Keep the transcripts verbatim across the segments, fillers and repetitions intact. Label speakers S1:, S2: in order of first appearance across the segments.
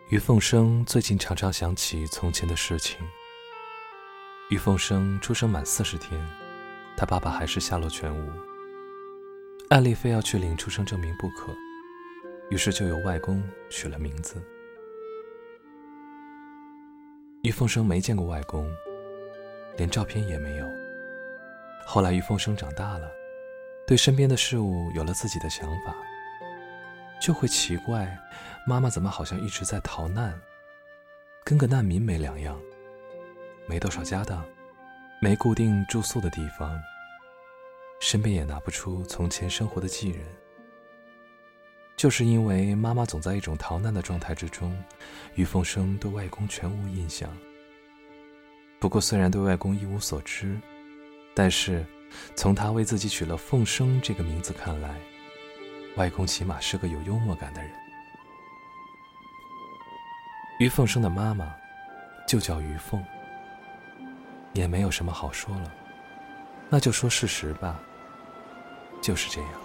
S1: 于凤生最近常常想起从前的事情。于凤生出生满四十天，他爸爸还是下落全无。按例非要去领出生证明不可，于是就由外公取了名字。于凤生没见过外公，连照片也没有。后来于凤生长大了，对身边的事物有了自己的想法，就会奇怪妈妈怎么好像一直在逃难，跟个难民没两样，没多少家当，没固定住宿的地方，身边也拿不出从前生活的继人。就是因为妈妈总在一种逃难的状态之中，于凤生对外公全无印象。不过虽然对外公一无所知，但是从他为自己取了凤生这个名字看来，外公起码是个有幽默感的人。于凤生的妈妈就叫于凤，也没有什么好说了，那就说事实吧，就是这样。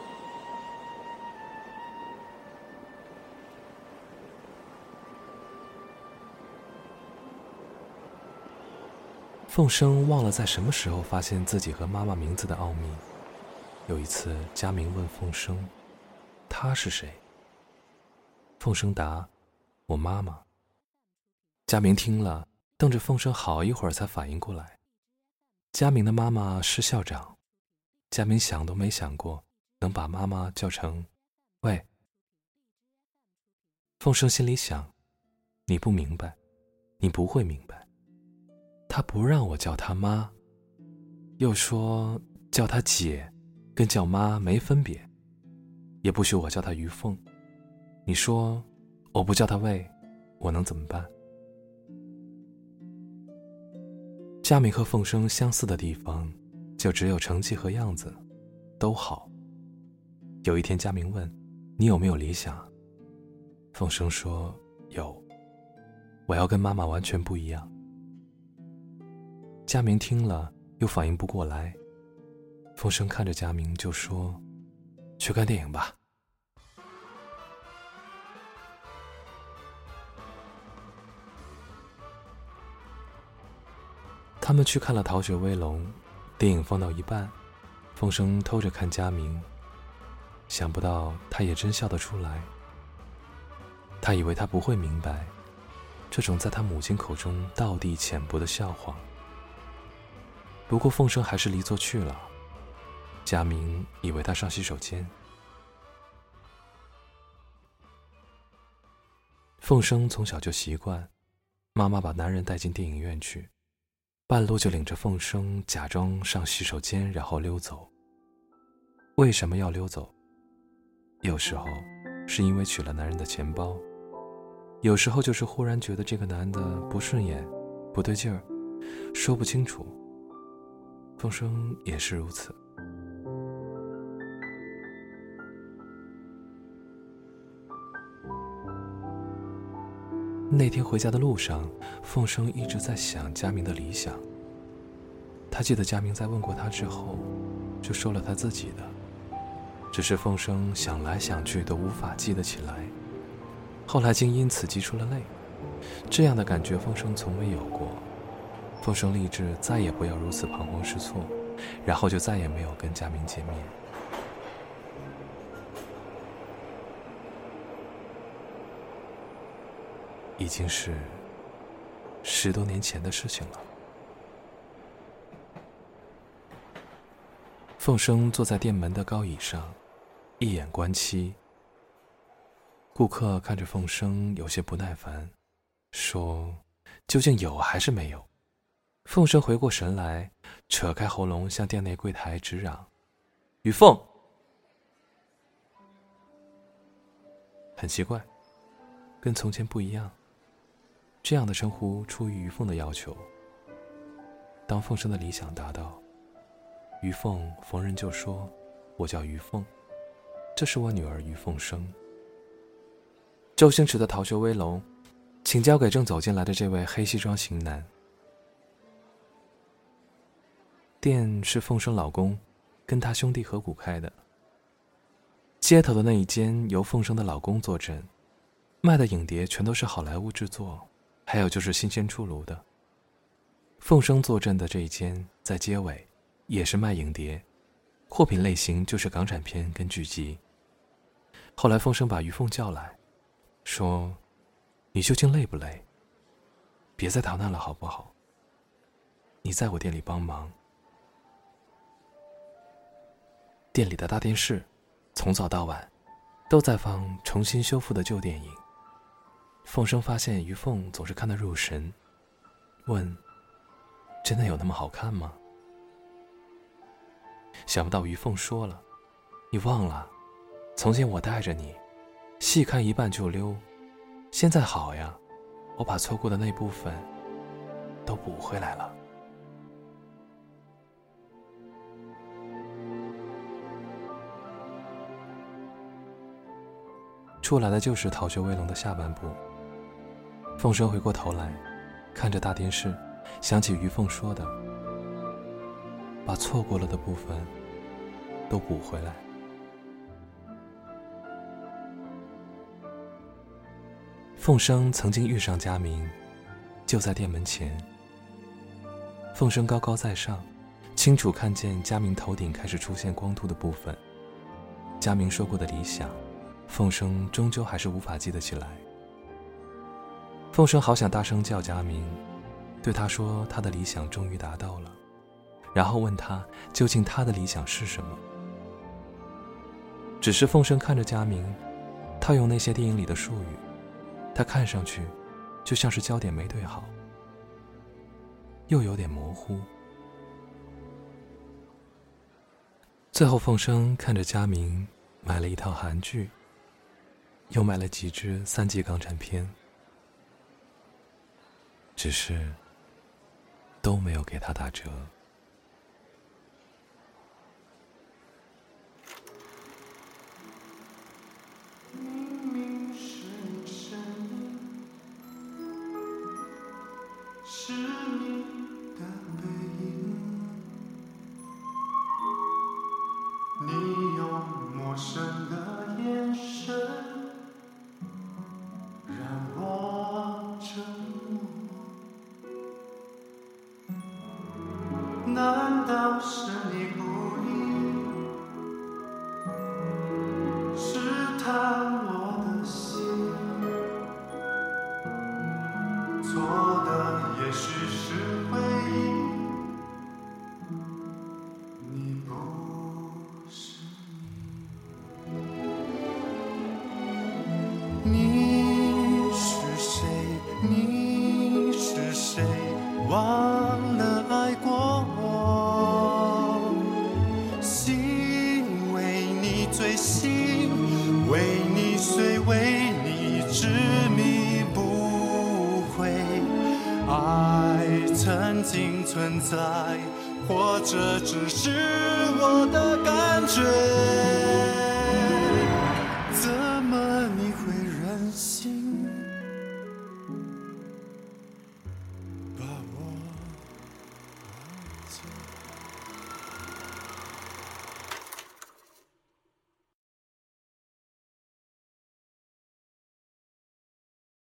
S1: 凤生忘了在什么时候发现自己和妈妈名字的奥秘。有一次佳明问凤生他是谁，凤生答我妈妈。佳明听了瞪着凤生好一会儿才反应过来，佳明的妈妈是校长。佳明想都没想过能把妈妈叫成喂。凤生心里想，你不明白，你不会明白，他不让我叫他妈，又说叫他姐跟叫妈没分别，也不许我叫他于凤。你说我不叫他喂，我能怎么办？佳明和凤生相似的地方就只有成绩和样子都好。有一天佳明问你有没有理想，凤生说有，我要跟妈妈完全不一样。佳明听了又反应不过来，凤生看着佳明就说去看电影吧。他们去看了《逃学威龙》，电影放到一半，凤生偷着看佳明，想不到他也真笑得出来。他以为他不会明白这种在他母亲口中道地浅薄的笑话。不过凤生还是离座去了，佳明以为他上洗手间。凤生从小就习惯妈妈把男人带进电影院去，半路就领着凤生假装上洗手间，然后溜走。为什么要溜走？有时候是因为取了男人的钱包，有时候就是忽然觉得这个男的不顺眼，不对劲儿，说不清楚。凤生也是如此。那天回家的路上，凤生一直在想佳明的理想。他记得佳明在问过他之后就说了他自己的，只是凤生想来想去都无法记得起来，后来竟因此急出了泪。这样的感觉凤生从未有过。凤生立志再也不要如此彷徨失措，然后就再也没有跟佳明见面。已经是十多年前的事情了。凤生坐在店门的高椅上，一眼观七。顾客看着凤生有些不耐烦，说究竟有还是没有？凤生回过神来，扯开喉咙向店内柜台直嚷于凤。很奇怪，跟从前不一样，这样的称呼出于于凤的要求。当凤生的理想达到，于凤逢人就说我叫于凤，这是我女儿于凤生。周星驰的《逃学威龙》，请交给正走进来的这位黑西装型男。店是凤生老公跟他兄弟合股开的，街头的那一间由凤生的老公坐镇， 卖的影碟全都是好莱坞制作，还有就是新鲜出炉的。凤声坐镇的这一间在街尾，也是卖影碟，货品类型就是港产片跟剧集。后来凤声把于凤叫来，说：“你究竟累不累？别再逃难了好不好？你在我店里帮忙。”店里的大电视从早到晚都在放重新修复的旧电影。凤声发现于凤总是看得入神，问：“真的有那么好看吗？”想不到于凤说了：“你忘了，从前我带着你，戏看一半就溜，现在好呀，我把错过的那部分都补回来了。”出来的就是《逃学威龙》的下半部。凤声回过头来，看着大电视，想起于凤说的：“把错过了的部分都补回来。”凤声曾经遇上佳明，就在店门前。凤声高高在上，清楚看见佳明头顶开始出现光秃的部分。佳明说过的理想，凤声终究还是无法记得起来。凤声好想大声叫佳明，对他说他的理想终于达到了，然后问他究竟他的理想是什么。只是凤声看着佳明，他用那些电影里的术语，他看上去就像是焦点没对好，又有点模糊。最后凤声看着佳明买了一套韩剧，又买了几支三级港产片，只是都没有给他打折。
S2: 明明是你声音，是你的背影，你用陌生的眼神让我沉默。难道是你故意试探我的心？错的也许是回忆，你不是你。你是谁？你是谁？忘了爱过我，心为你醉醒，为你睡，为你执迷不悔。爱曾经存在，或者只是我的感觉。